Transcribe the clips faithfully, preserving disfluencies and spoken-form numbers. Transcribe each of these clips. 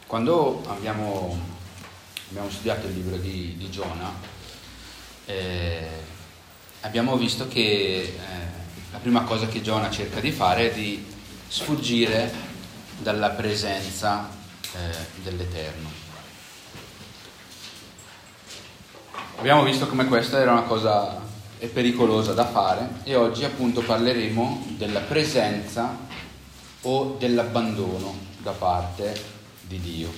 Quando abbiamo, abbiamo studiato il libro di, di Giona, eh, abbiamo visto che eh, la prima cosa che Giona cerca di fare è di sfuggire dalla presenza eh, dell'Eterno. Abbiamo visto come questa era una cosa pericolosa da fare e oggi appunto parleremo della presenza o dell'abbandono da parte di Dio.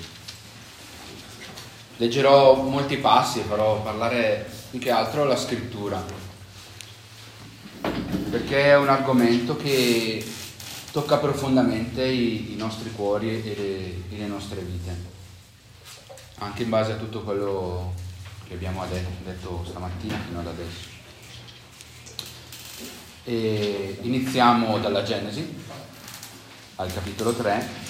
Leggerò molti passi e farò parlare più che altro la scrittura, perché è un argomento che tocca profondamente i, i nostri cuori e le, e le nostre vite, anche in base a tutto quello che abbiamo detto stamattina fino ad adesso. E iniziamo dalla Genesi al capitolo tre.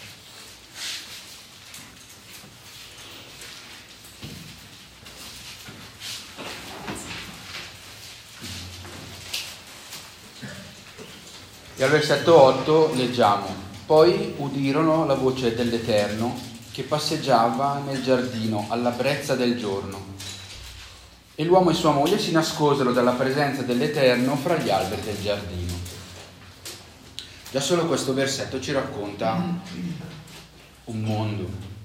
E al versetto otto leggiamo: poi udirono la voce dell'Eterno che passeggiava nel giardino alla brezza del giorno, e l'uomo e sua moglie si nascosero dalla presenza dell'Eterno fra gli alberi del giardino. Già solo questo versetto ci racconta un mondo,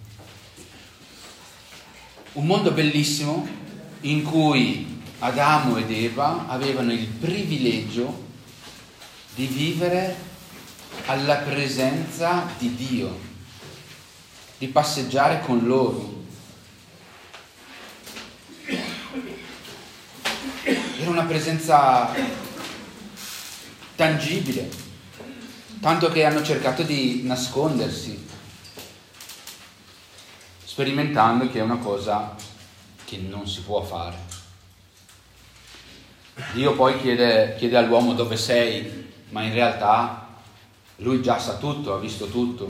un mondo bellissimo in cui Adamo ed Eva avevano il privilegio di vivere alla presenza di Dio, di passeggiare con loro. Era una presenza tangibile, tanto che hanno cercato di nascondersi, sperimentando che è una cosa che non si può fare. Dio poi chiede, chiede all'uomo: dove sei? Ma in realtà lui già sa tutto, ha visto tutto.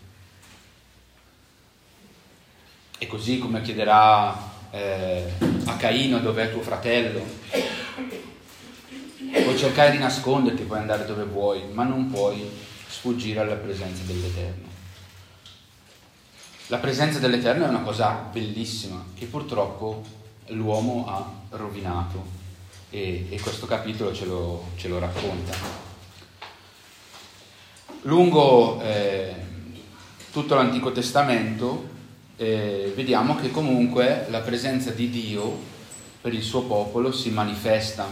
E così come chiederà eh, a Caino: dov'è tuo fratello? Puoi cercare di nasconderti, puoi andare dove vuoi, ma non puoi sfuggire alla presenza dell'Eterno. La presenza dell'Eterno è una cosa bellissima che purtroppo l'uomo ha rovinato, e, e questo capitolo ce lo, ce lo racconta. Lungo eh, tutto l'Antico Testamento eh, vediamo che comunque la presenza di Dio per il suo popolo si manifesta.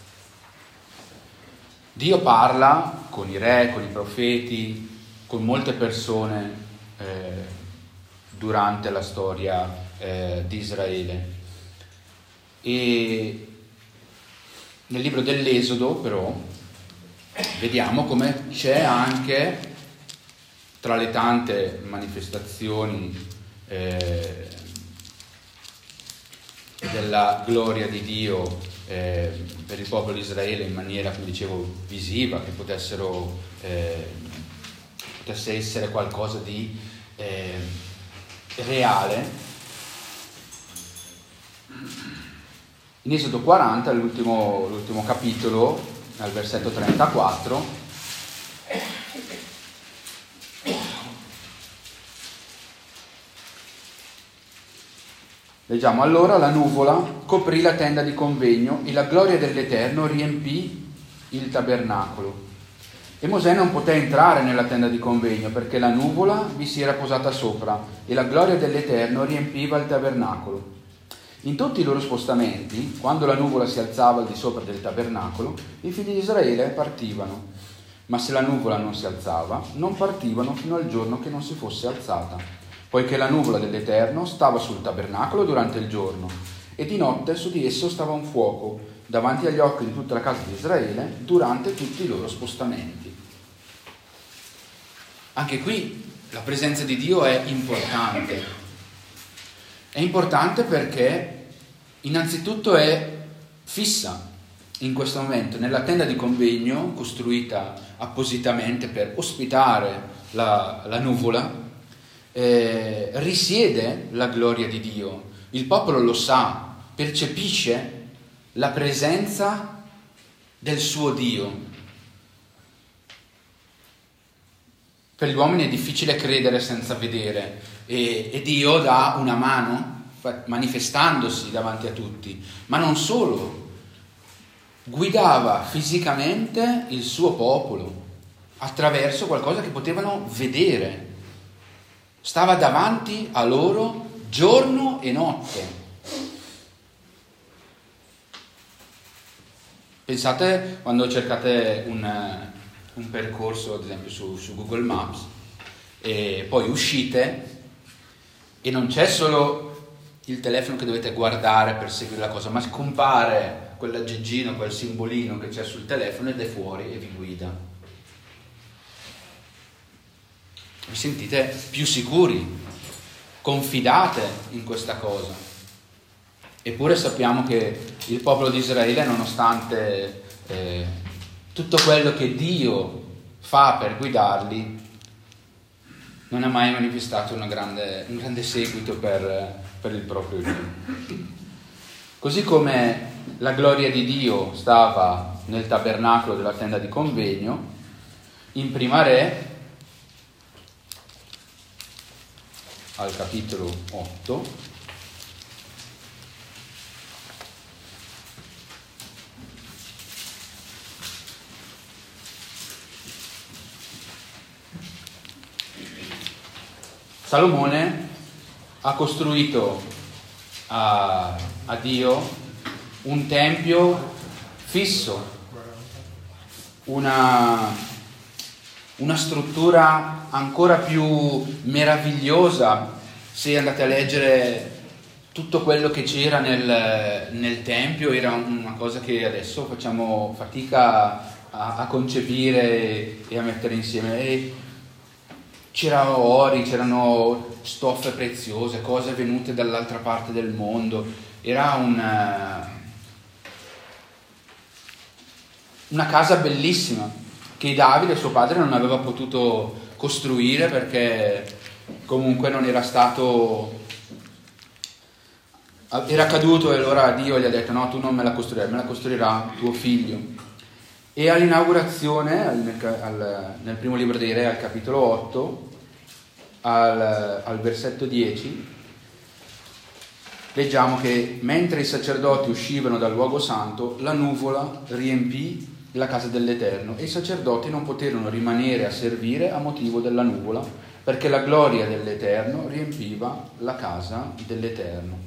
Dio parla con i re, con i profeti, con molte persone eh, durante la storia eh, di Israele. E nel libro dell'Esodo però vediamo come c'è anche, tra le tante manifestazioni eh, della gloria di Dio eh, per il popolo di Israele in maniera, come dicevo, visiva, che potessero eh, potesse essere qualcosa di eh, reale. In Esodo quaranta, l'ultimo, l'ultimo capitolo, al versetto trentaquattro, leggiamo: allora la nuvola coprì la tenda di convegno e la gloria dell'Eterno riempì il tabernacolo. E Mosè non poté entrare nella tenda di convegno perché la nuvola vi si era posata sopra e la gloria dell'Eterno riempiva il tabernacolo. In tutti i loro spostamenti, quando la nuvola si alzava al di sopra del tabernacolo, i figli di Israele partivano, ma se la nuvola non si alzava, non partivano fino al giorno che non si fosse alzata, poiché la nuvola dell'Eterno stava sul tabernacolo durante il giorno, e di notte su di esso stava un fuoco, davanti agli occhi di tutta la casa di Israele, durante tutti i loro spostamenti. Anche qui la presenza di Dio è importante. È importante perché innanzitutto è fissa in questo momento nella tenda di convegno costruita appositamente per ospitare la, la nuvola, eh, risiede la gloria di Dio. Il popolo lo sa, percepisce la presenza del suo Dio. Per gli uomini è difficile credere senza vedere, e, e Dio dà una mano manifestandosi davanti a tutti, ma non solo, guidava fisicamente il suo popolo attraverso qualcosa che potevano vedere, stava davanti a loro giorno e notte. Pensate quando cercate un, un percorso, ad esempio su, su Google Maps, e poi uscite e non c'è solo il telefono che dovete guardare per seguire la cosa, ma scompare quell'aggeggino, quel simbolino che c'è sul telefono ed è fuori e vi guida. Vi sentite più sicuri, confidate in questa cosa. Eppure sappiamo che il popolo di Israele, nonostante eh, tutto quello che Dio fa per guidarli, non ha mai manifestato una grande, un grande seguito per, per il proprio Dio. Così come la gloria di Dio stava nel tabernacolo della tenda di convegno, in Prima Re, al capitolo otto, Salomone ha costruito a, a Dio un tempio fisso, una, una struttura ancora più meravigliosa. Se andate a leggere tutto quello che c'era nel, nel tempio, era una cosa che adesso facciamo fatica a, a concepire e a mettere insieme. E c'erano ori, c'erano stoffe preziose, cose venute dall'altra parte del mondo. Era una, una casa bellissima che Davide, suo padre, non aveva potuto costruire perché comunque non era stato, era caduto, e allora Dio gli ha detto: no, tu non me la costruirai, me la costruirà tuo figlio. E all'inaugurazione, nel, al, nel primo libro dei Re, al capitolo otto, al, al versetto dieci, leggiamo che mentre i sacerdoti uscivano dal luogo santo, la nuvola riempì la casa dell'Eterno e i sacerdoti non poterono rimanere a servire a motivo della nuvola, perché la gloria dell'Eterno riempiva la casa dell'Eterno.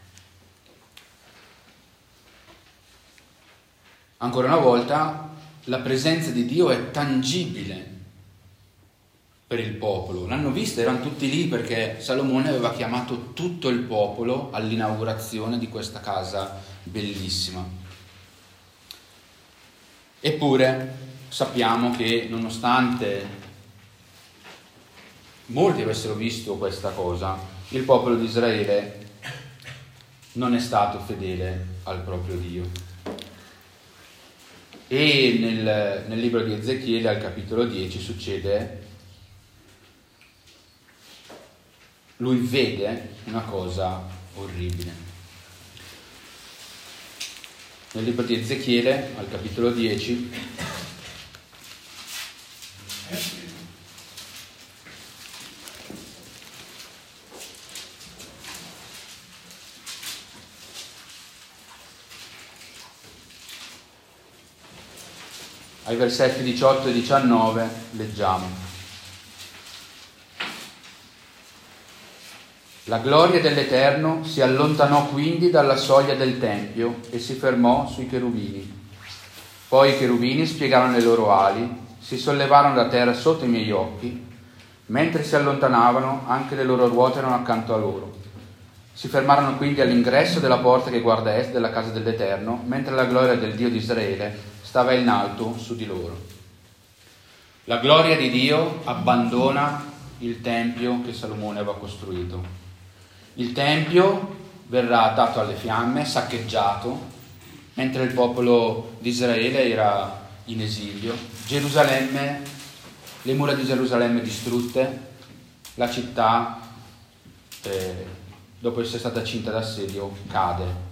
Ancora una volta, la presenza di Dio è tangibile per il popolo. L'hanno vista, erano tutti lì perché Salomone aveva chiamato tutto il popolo all'inaugurazione di questa casa bellissima. Eppure sappiamo che nonostante molti avessero visto questa cosa, il popolo di Israele non è stato fedele al proprio Dio. E nel, nel libro di Ezechiele, al capitolo dieci, succede, lui vede una cosa orribile. Nel libro di Ezechiele, al capitolo dieci, ai versetti diciotto e diciannove leggiamo: la gloria dell'Eterno si allontanò quindi dalla soglia del tempio e si fermò sui cherubini. Poi i cherubini spiegarono le loro ali, si sollevarono da terra sotto i miei occhi. Mentre si allontanavano, anche le loro ruote erano accanto a loro. Si fermarono quindi all'ingresso della porta che guarda a est della casa dell'Eterno, mentre la gloria del Dio di Israele stava in alto su di loro. La gloria di Dio abbandona il tempio che Salomone aveva costruito. Il tempio verrà dato alle fiamme, saccheggiato, mentre il popolo di Israele era in esilio. Gerusalemme, le mura di Gerusalemme distrutte, la città, eh, dopo essere stata cinta d'assedio, cade.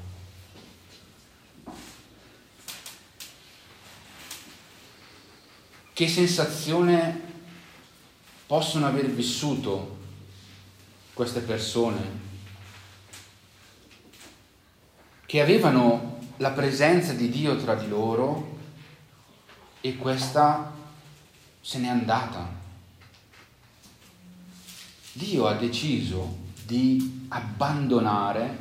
Che sensazione possono aver vissuto queste persone che avevano la presenza di Dio tra di loro e questa se n'è andata. Dio ha deciso di abbandonare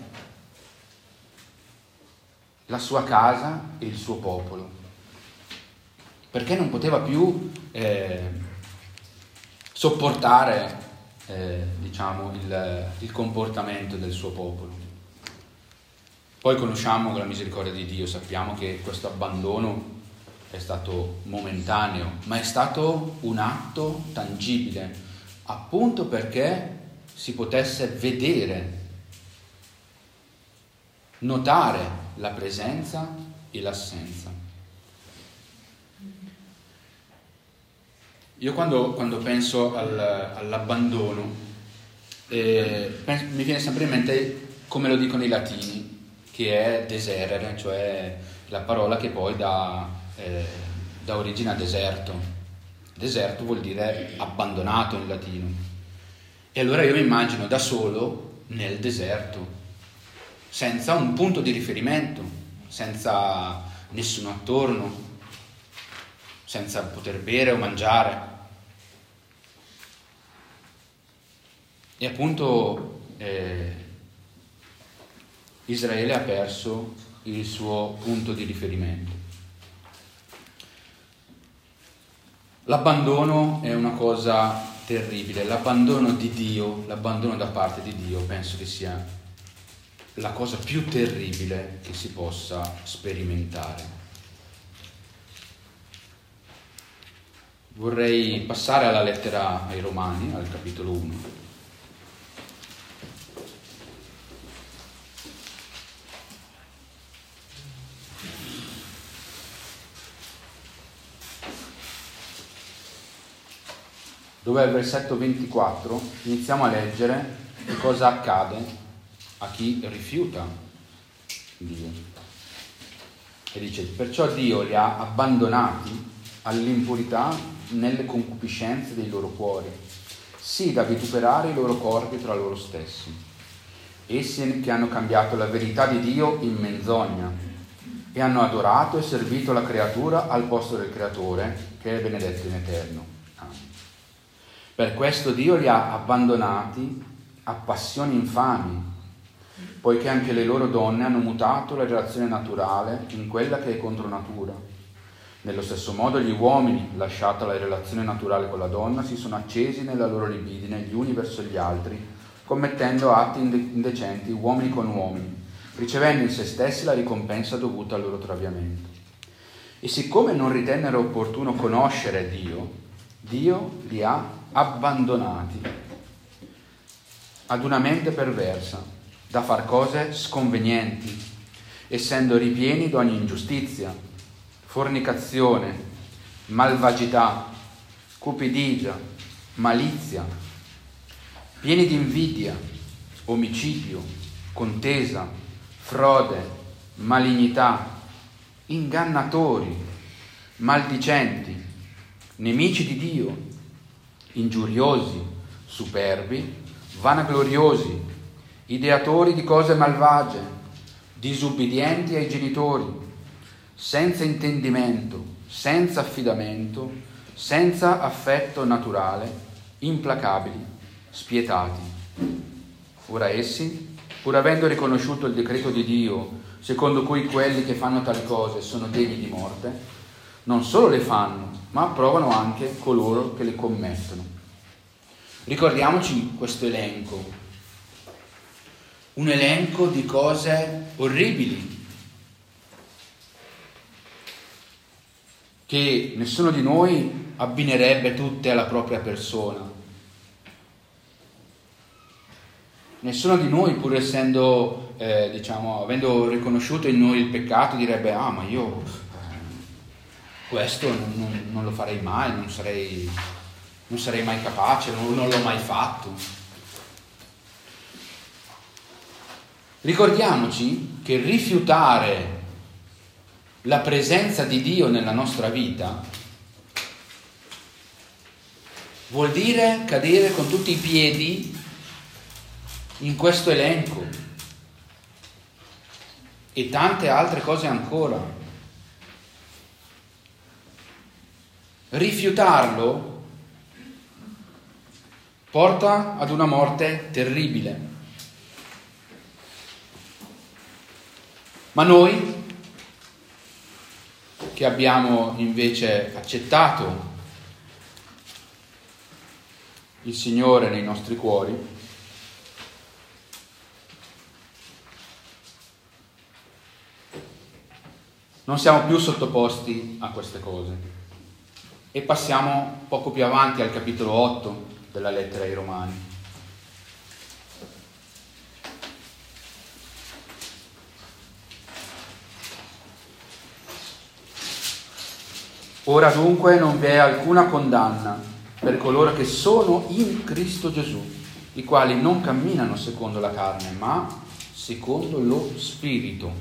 la sua casa e il suo popolo, perché non poteva più eh, sopportare eh, diciamo il, il comportamento del suo popolo. Poi conosciamo la misericordia di Dio, sappiamo che questo abbandono è stato momentaneo, ma è stato un atto tangibile, appunto perché si potesse vedere, notare la presenza e l'assenza. Io quando, quando penso al, all'abbandono, eh, penso, mi viene sempre in mente come lo dicono i latini, che è deserere, cioè la parola che poi dà, eh, dà origine a deserto. Deserto vuol dire abbandonato in latino. E allora io mi immagino da solo nel deserto, senza un punto di riferimento, senza nessuno attorno, senza poter bere o mangiare. E appunto eh, Israele ha perso il suo punto di riferimento. L'abbandono è una cosa terribile, l'abbandono di Dio, l'abbandono da parte di Dio penso che sia la cosa più terribile che si possa sperimentare. Vorrei passare alla lettera ai Romani, al capitolo uno. Dove al versetto ventiquattro iniziamo a leggere che cosa accade a chi rifiuta Dio. E dice: perciò Dio li ha abbandonati all'impurità nelle concupiscenze dei loro cuori, sì da vituperare i loro corpi tra loro stessi. Essi che hanno cambiato la verità di Dio in menzogna e hanno adorato e servito la creatura al posto del Creatore, che è benedetto in eterno. Per questo Dio li ha abbandonati a passioni infami, poiché anche le loro donne hanno mutato la relazione naturale in quella che è contro natura. Nello stesso modo gli uomini, lasciata la relazione naturale con la donna, si sono accesi nella loro libidine gli uni verso gli altri, commettendo atti indecenti uomini con uomini, ricevendo in se stessi la ricompensa dovuta al loro traviamento. E siccome non ritennero opportuno conoscere Dio, Dio li ha abbandonati ad una mente perversa da far cose sconvenienti, essendo ripieni di ogni ingiustizia, fornicazione, malvagità, cupidigia, malizia, pieni di invidia, omicidio, contesa, frode, malignità, ingannatori, maldicenti, nemici di Dio, ingiuriosi, superbi, vanagloriosi, ideatori di cose malvagie, disubbidienti ai genitori, senza intendimento, senza affidamento, senza affetto naturale, implacabili, spietati. Ora essi, pur avendo riconosciuto il decreto di Dio, secondo cui quelli che fanno tali cose sono degni di morte, non solo le fanno, ma approvano anche coloro che le commettono. Ricordiamoci questo elenco, un elenco di cose orribili che nessuno di noi abbinerebbe tutte alla propria persona. Nessuno di noi, pur essendo, eh, diciamo, avendo riconosciuto in noi il peccato, direbbe: ah, ma io eh, questo non, non, non lo farei mai, non sarei, non sarei mai capace, non, non l'ho mai fatto. Ricordiamoci che rifiutare la presenza di Dio nella nostra vita vuol dire cadere con tutti i piedi in questo elenco e tante altre cose ancora. Rifiutarlo porta ad una morte terribile. Ma noi, che abbiamo invece accettato il Signore nei nostri cuori, non siamo più sottoposti a queste cose. E passiamo poco più avanti al capitolo otto della lettera ai Romani. Ora dunque non vi è alcuna condanna per coloro che sono in Cristo Gesù, i quali non camminano secondo la carne, ma secondo lo Spirito.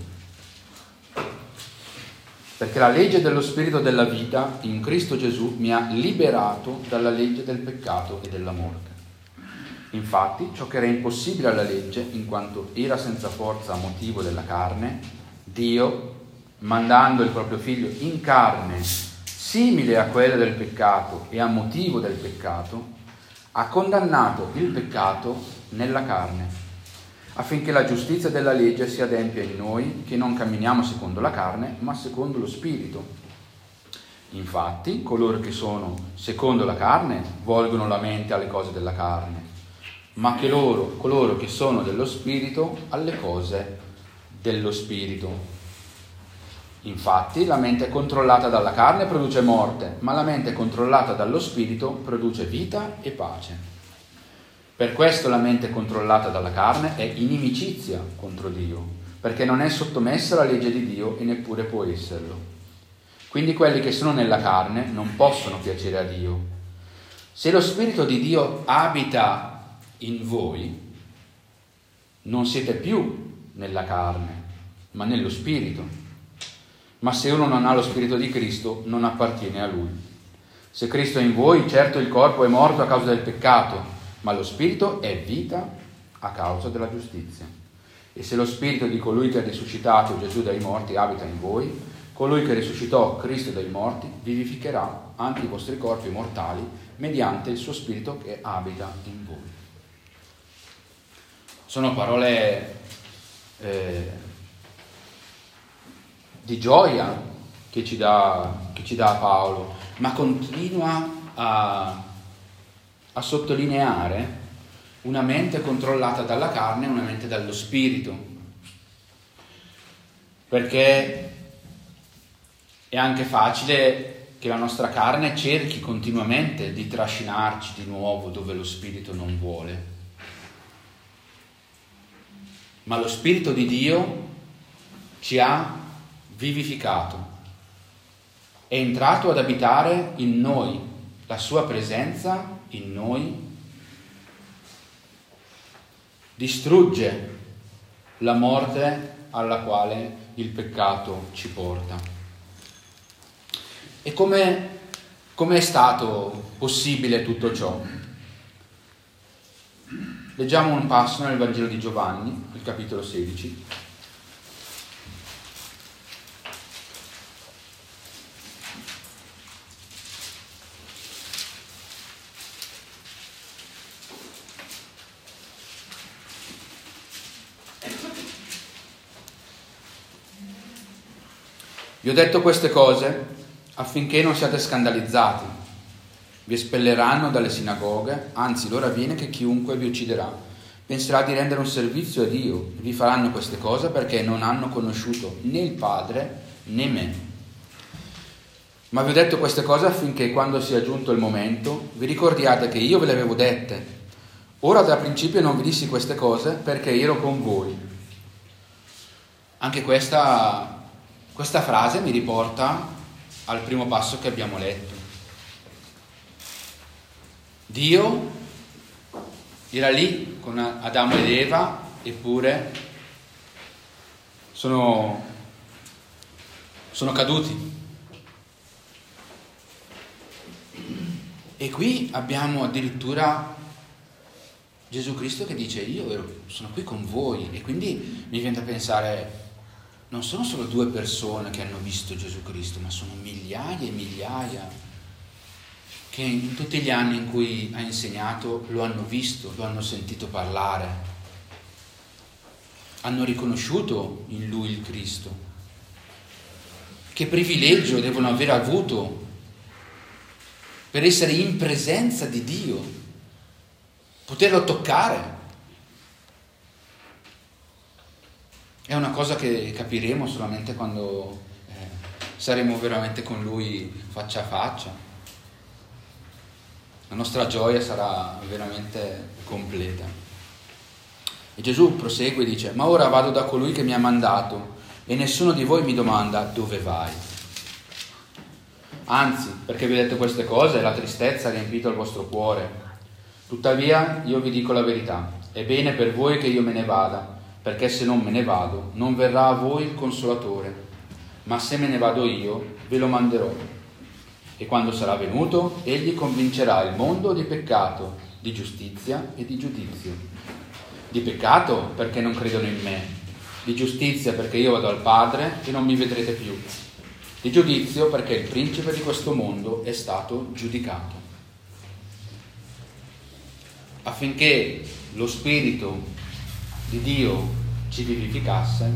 Perché la legge dello Spirito della vita in Cristo Gesù mi ha liberato dalla legge del peccato e della morte. Infatti, ciò che era impossibile alla legge, in quanto era senza forza a motivo della carne, Dio, mandando il proprio Figlio in carne, simile a quella del peccato e a motivo del peccato, ha condannato il peccato nella carne, affinché la giustizia della legge si adempia in noi, che non camminiamo secondo la carne, ma secondo lo Spirito. Infatti, coloro che sono secondo la carne volgono la mente alle cose della carne, ma che loro, coloro che sono dello Spirito, alle cose dello Spirito. Infatti, la mente controllata dalla carne produce morte, ma la mente controllata dallo Spirito produce vita e pace. Per questo la mente controllata dalla carne è inimicizia contro Dio, perché non è sottomessa alla legge di Dio e neppure può esserlo. Quindi quelli che sono nella carne non possono piacere a Dio. Se lo Spirito di Dio abita in voi, non siete più nella carne, ma nello Spirito. Ma se uno non ha lo Spirito di Cristo, non appartiene a Lui. Se Cristo è in voi, certo il corpo è morto a causa del peccato, ma lo Spirito è vita a causa della giustizia. E se lo Spirito di colui che ha risuscitato Gesù dai morti abita in voi, colui che risuscitò Cristo dai morti vivificherà anche i vostri corpi mortali mediante il suo Spirito che abita in voi. Sono parole eh, di gioia che ci dà, che ci dà Paolo, ma continua a, a sottolineare una mente controllata dalla carne e una mente dallo Spirito, perché è anche facile che la nostra carne cerchi continuamente di trascinarci di nuovo dove lo Spirito non vuole. Ma lo Spirito di Dio ci ha vivificato, è entrato ad abitare in noi, la sua presenza in noi distrugge la morte alla quale il peccato ci porta. E come, come è stato possibile tutto ciò? Leggiamo un passo nel Vangelo di Giovanni, il capitolo sedici. Vi ho detto queste cose affinché non siate scandalizzati. Vi espelleranno dalle sinagoghe, anzi l'ora viene che chiunque vi ucciderà penserà di rendere un servizio a Dio. Vi faranno queste cose perché non hanno conosciuto né il Padre né me. Ma vi ho detto queste cose affinché quando sia giunto il momento vi ricordiate che io ve le avevo dette. Ora da principio non vi dissi queste cose perché ero con voi. Anche questa... Questa frase mi riporta al primo passo che abbiamo letto. Dio era lì con Adamo ed Eva, eppure sono, sono caduti. E qui abbiamo addirittura Gesù Cristo che dice io ero, sono qui con voi, e quindi mi viene da pensare, non sono solo due persone che hanno visto Gesù Cristo, ma sono migliaia e migliaia che in tutti gli anni in cui ha insegnato lo hanno visto, lo hanno sentito parlare, hanno riconosciuto in lui il Cristo. Che privilegio devono aver avuto per essere in presenza di Dio, poterlo toccare. È una cosa che capiremo solamente quando eh, saremo veramente con Lui faccia a faccia. La nostra gioia sarà veramente completa. E Gesù prosegue e dice: ma ora vado da colui che mi ha mandato e nessuno di voi mi domanda dove vai. Anzi, perché vi ho detto queste cose, la tristezza ha riempito il vostro cuore. Tuttavia io vi dico la verità, è bene per voi che io me ne vada, perché se non me ne vado, non verrà a voi il Consolatore, ma se me ne vado io, ve lo manderò. E quando sarà venuto, egli convincerà il mondo di peccato, di giustizia e di giudizio. Di peccato perché non credono in me, di giustizia perché io vado al Padre e non mi vedrete più, di giudizio perché il principe di questo mondo è stato giudicato. Affinché lo Spirito di Dio ci vivificasse,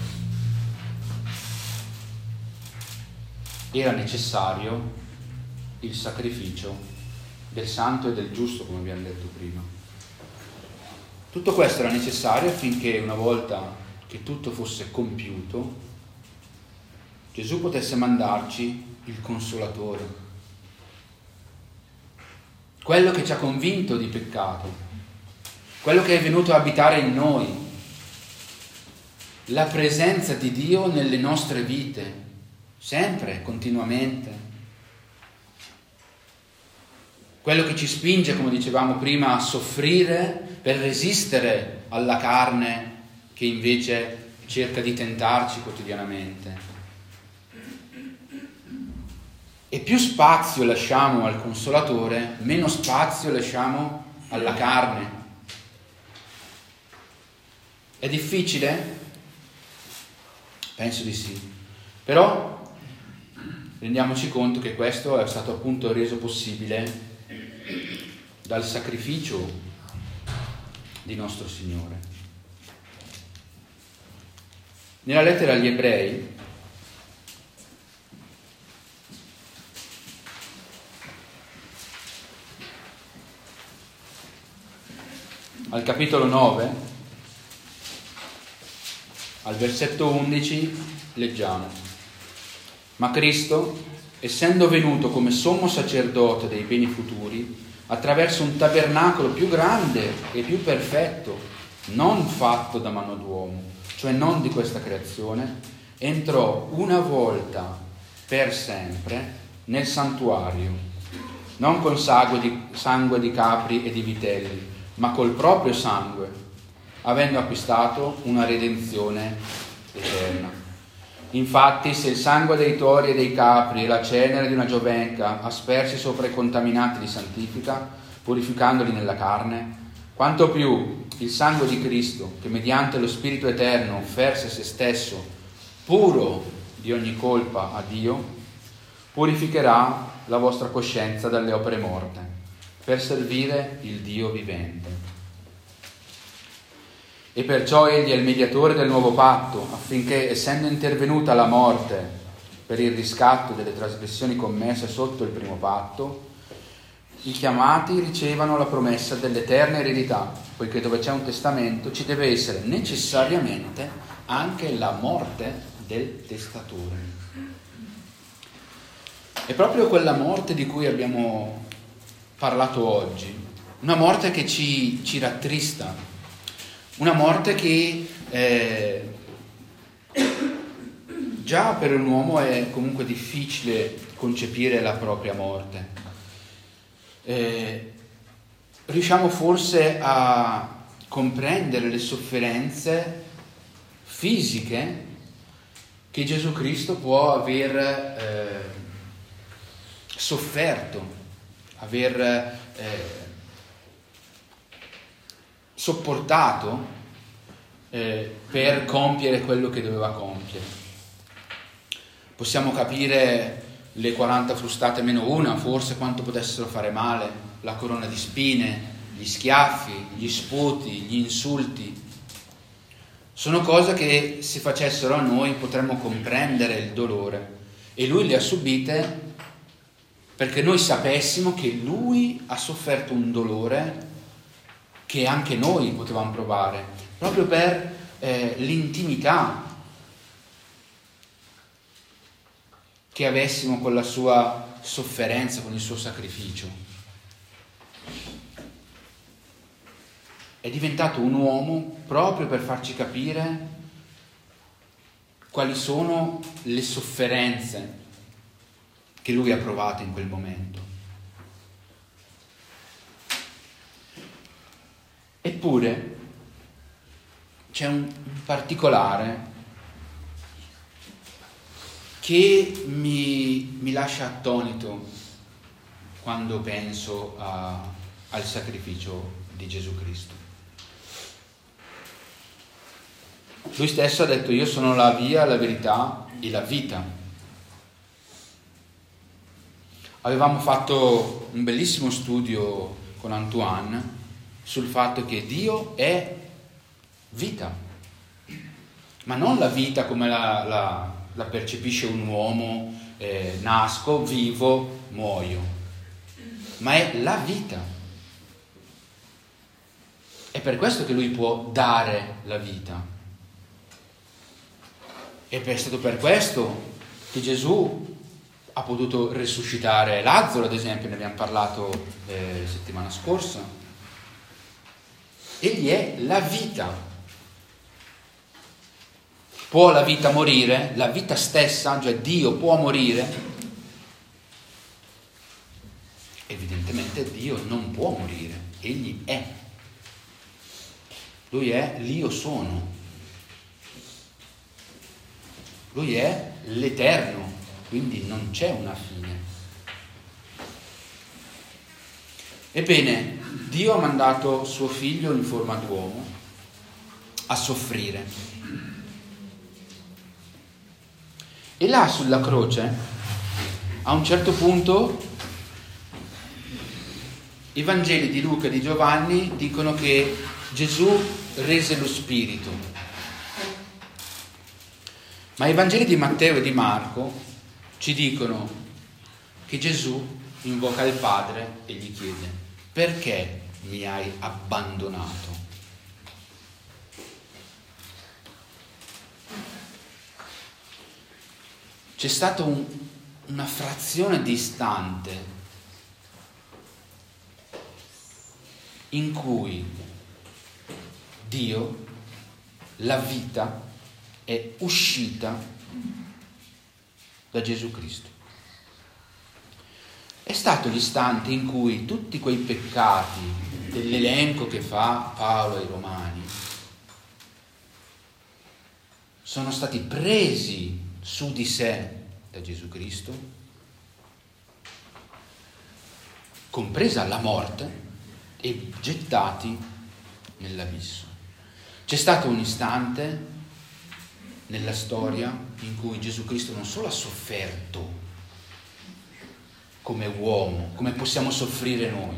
era necessario il sacrificio del santo e del giusto, come abbiamo detto prima. Tutto questo era necessario affinché una volta che tutto fosse compiuto, Gesù potesse mandarci il Consolatore, quello che ci ha convinto di peccato, quello che è venuto a abitare in noi, la presenza di Dio nelle nostre vite, sempre, continuamente. Quello che ci spinge, come dicevamo prima, a soffrire per resistere alla carne che invece cerca di tentarci quotidianamente. E più spazio lasciamo al Consolatore, meno spazio lasciamo alla carne. È difficile? Penso di sì. Però rendiamoci conto che questo è stato appunto reso possibile dal sacrificio di nostro Signore. Nella lettera agli Ebrei al capitolo nove, al versetto undici, leggiamo: ma Cristo, essendo venuto come sommo sacerdote dei beni futuri, attraverso un tabernacolo più grande e più perfetto, non fatto da mano d'uomo, cioè non di questa creazione, entrò una volta per sempre nel santuario, non con sangue di, sangue di capri e di vitelli, ma col proprio sangue, avendo acquistato una redenzione eterna. Infatti, se il sangue dei tori e dei capri e la cenere di una giovenca aspersi sopra i contaminati li santifica, purificandoli nella carne, quanto più il sangue di Cristo, che mediante lo Spirito Eterno offerse se stesso, puro di ogni colpa a Dio, purificherà la vostra coscienza dalle opere morte, per servire il Dio vivente. E perciò egli è il mediatore del nuovo patto, affinché, essendo intervenuta la morte per il riscatto delle trasgressioni commesse sotto il primo patto, i chiamati ricevano la promessa dell'eterna eredità, poiché dove c'è un testamento ci deve essere necessariamente anche la morte del testatore. È proprio quella morte di cui abbiamo parlato oggi, una morte che ci, ci rattrista, una morte che eh, già per un uomo è comunque difficile concepire la propria morte. Eh, riusciamo forse a comprendere le sofferenze fisiche che Gesù Cristo può aver eh, sofferto, aver eh, sopportato eh, per compiere quello che doveva compiere. Possiamo capire le quaranta frustate meno una, forse quanto potessero fare male, la corona di spine, gli schiaffi, gli sputi, gli insulti. Sono cose che se facessero a noi potremmo comprendere il dolore, e lui le ha subite perché noi sapessimo che lui ha sofferto un dolore che anche noi potevamo provare, proprio per eh, l'intimità che avessimo con la sua sofferenza, con il suo sacrificio. È diventato un uomo proprio per farci capire quali sono le sofferenze che lui ha provato in quel momento. Eppure c'è un particolare che mi, mi lascia attonito quando penso a, al sacrificio di Gesù Cristo. Lui stesso ha detto: io sono la via, la verità e la vita. Avevamo fatto un bellissimo studio con Antoine sul fatto che Dio è vita, ma non la vita come la, la, la percepisce un uomo, eh, nasco, vivo, muoio, ma è la vita. È per questo che lui può dare la vita. E è stato per questo che Gesù ha potuto risuscitare Lazzaro, ad esempio, ne abbiamo parlato eh, settimana scorsa. Egli è la vita. Può la vita morire? La vita stessa, cioè Dio può morire? Evidentemente Dio non può morire, egli è. Lui è l'Io sono. Lui è l'Eterno, quindi non c'è una fine. Ebbene, Dio ha mandato suo figlio in forma d'uomo a soffrire. E là sulla croce, a un certo punto, i Vangeli di Luca e di Giovanni dicono che Gesù rese lo spirito. Ma i Vangeli di Matteo e di Marco ci dicono che Gesù invoca il Padre e gli chiede: perché mi hai abbandonato? C'è stata un, una frazione di istante in cui Dio, la vita, è uscita da Gesù Cristo. È stato l'istante in cui tutti quei peccati dell'elenco che fa Paolo ai Romani sono stati presi su di sé da Gesù Cristo, compresa la morte, e gettati nell'abisso. C'è stato un istante nella storia in cui Gesù Cristo non solo ha sofferto come uomo, come possiamo soffrire noi,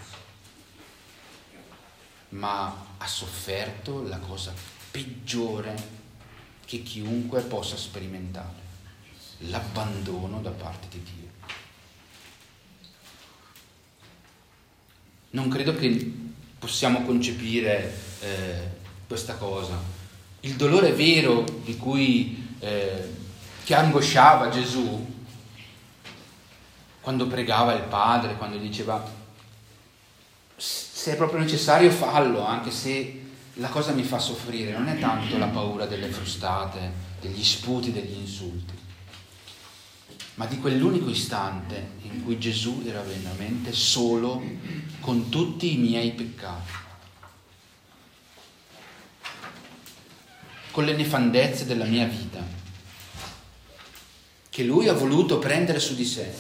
ma ha sofferto la cosa peggiore che chiunque possa sperimentare: l'abbandono da parte di Dio. Non credo che possiamo concepire eh, questa cosa. Il dolore vero di cui eh, che angosciava Gesù quando pregava il Padre, quando diceva: se è proprio necessario fallo, anche se la cosa mi fa soffrire, non è tanto la paura delle frustate, degli sputi, degli insulti, ma di quell'unico istante in cui Gesù era veramente solo con tutti i miei peccati, con le nefandezze della mia vita, che lui ha voluto prendere su di sé,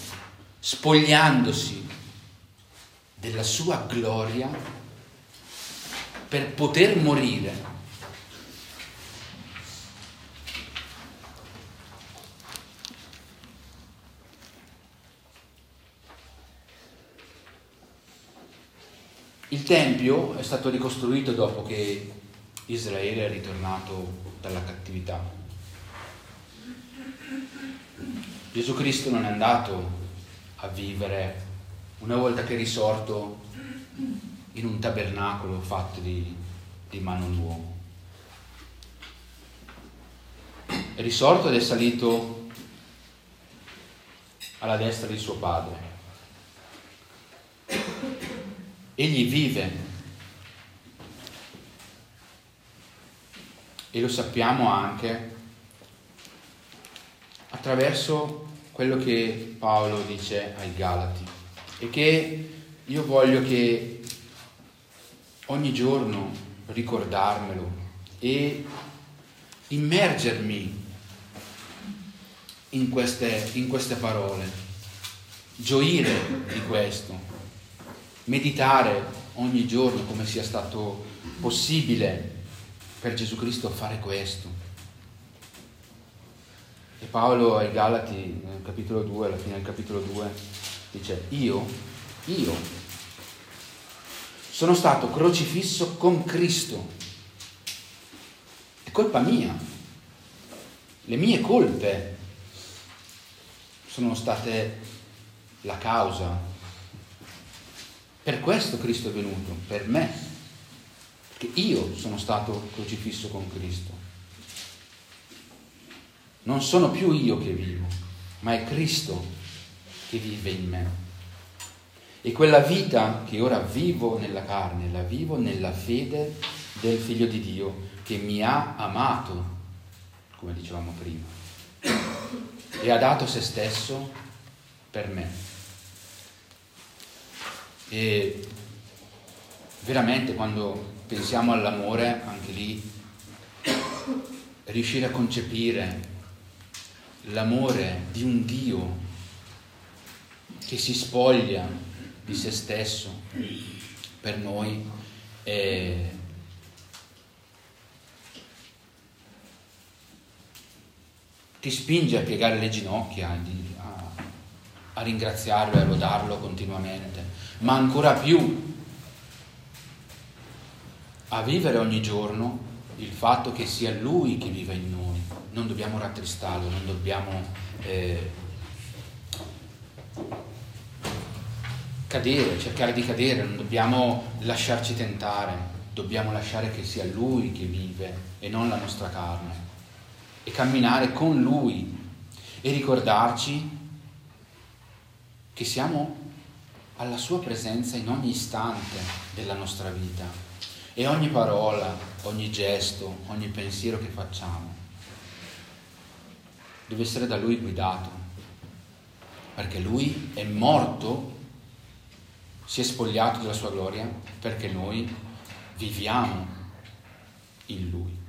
spogliandosi della sua gloria per poter morire. Il Tempio è stato ricostruito dopo che Israele è ritornato dalla cattività. Gesù Cristo non è andato a vivere, una volta che è risorto, in un tabernacolo fatto di, di mano d'uomo. È risorto ed è salito alla destra di suo Padre. Egli vive e lo sappiamo anche attraverso quello che Paolo dice ai Galati, e che io voglio che ogni giorno ricordarmelo e immergermi in queste, in queste parole, gioire di questo, meditare ogni giorno come sia stato possibile per Gesù Cristo fare questo. E Paolo ai Galati, nel capitolo due, alla fine del capitolo due, dice: io, io sono stato crocifisso con Cristo. È colpa mia. Le mie colpe sono state la causa. Per questo Cristo è venuto, per me, perché io sono stato crocifisso con Cristo. Non sono più io che vivo, ma è Cristo che vive in me. E quella vita che ora vivo nella carne, la vivo nella fede del Figlio di Dio che mi ha amato, come dicevamo prima, e ha dato se stesso per me. E veramente quando pensiamo all'amore, anche lì, riuscire a concepire l'amore di un Dio che si spoglia di se stesso per noi è ti spinge a piegare le ginocchia, a, a ringraziarlo e a lodarlo continuamente, ma ancora più a vivere ogni giorno il fatto che sia Lui che vive in noi. Non dobbiamo rattristarlo, non dobbiamo eh, cadere, cercare di cadere, non dobbiamo lasciarci tentare, dobbiamo lasciare che sia Lui che vive e non la nostra carne, e camminare con Lui e ricordarci che siamo alla Sua presenza in ogni istante della nostra vita, e ogni parola, ogni gesto, ogni pensiero che facciamo deve essere da Lui guidato, perché Lui è morto, si è spogliato della sua gloria perché noi viviamo in Lui.